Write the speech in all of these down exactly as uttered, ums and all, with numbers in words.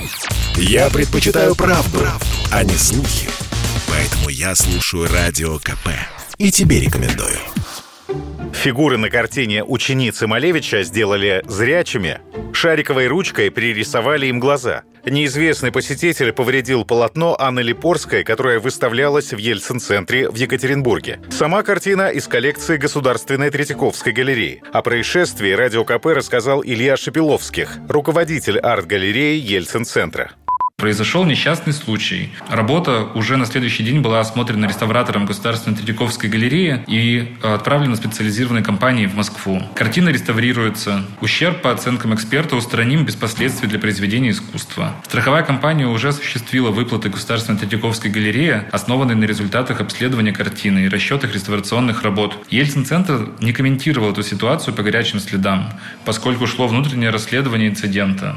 Я предпочитаю правду, правду, а не слухи. Поэтому я слушаю Радио КП. И тебе рекомендую. Фигуры на картине ученицы Малевича сделали зрячими. Шариковой ручкой пририсовали им глаза. Неизвестный посетитель повредил полотно Анны Липорской, которое выставлялось в Ельцин-центре в Екатеринбурге. Сама картина из коллекции Государственной Третьяковской галереи. О происшествии Радио КП рассказал Илья Шепеловских, руководитель арт-галереи Ельцин-центра. Произошел несчастный случай. Работа уже на следующий день была осмотрена реставратором Государственной Третьяковской галереи и отправлена специализированной компанией в Москву. Картина реставрируется. Ущерб, по оценкам эксперта, устраним без последствий для произведения искусства. Страховая компания уже осуществила выплаты Государственной Третьяковской галереи, основанные на результатах обследования картины и расчетах реставрационных работ. Ельцин-центр не комментировал эту ситуацию по горячим следам, поскольку шло внутреннее расследование инцидента.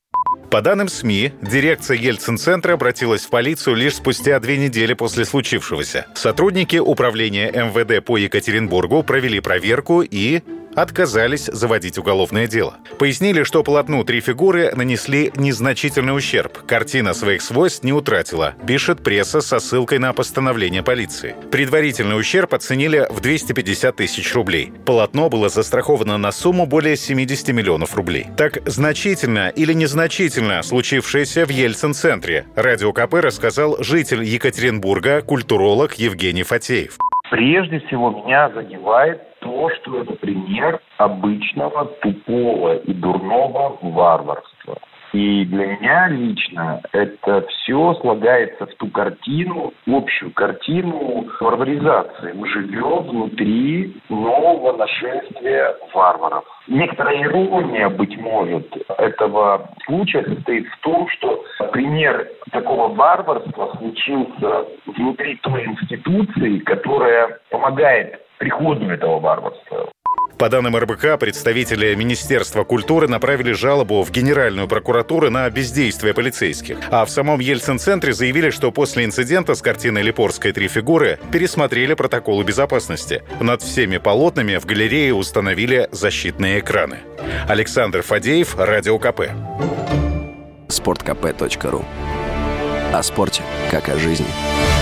По данным СМИ, дирекция Ельцин-центра обратилась в полицию лишь спустя две недели после случившегося. Сотрудники управления эм вэ дэ по Екатеринбургу провели проверку и отказались заводить уголовное дело. Пояснили, что полотну «Три фигуры» нанесли незначительный ущерб. Картина своих свойств не утратила, пишет пресса со ссылкой на постановление полиции. Предварительный ущерб оценили в двести пятьдесят тысяч рублей. Полотно было застраховано на сумму более семьдесят миллионов рублей. Так, значительно или незначительно случившееся в Ельцин-центре, Радио КП рассказал житель Екатеринбурга, культуролог Евгений Фатеев. Прежде всего меня задевает то, что это пример обычного, тупого и дурного варварства. И для меня лично это все слагается в ту картину, общую картину варваризации. Мы живем внутри нового нашествия варваров. Некоторая ирония, быть может, этого случая состоит в том, что пример такого варварства случился внутри той институции, которая помогает приходу этого варварства. По данным эр бэ ка, представители Министерства культуры направили жалобу в Генеральную прокуратуру на бездействие полицейских. А в самом Ельцин-центре заявили, что после инцидента с картиной Липорской «Три фигуры» пересмотрели протоколы безопасности. Над всеми полотнами в галерее установили защитные экраны. Александр Фадеев, Радио КП. спорт кэ пэ точка ру. О спорте, как о жизни.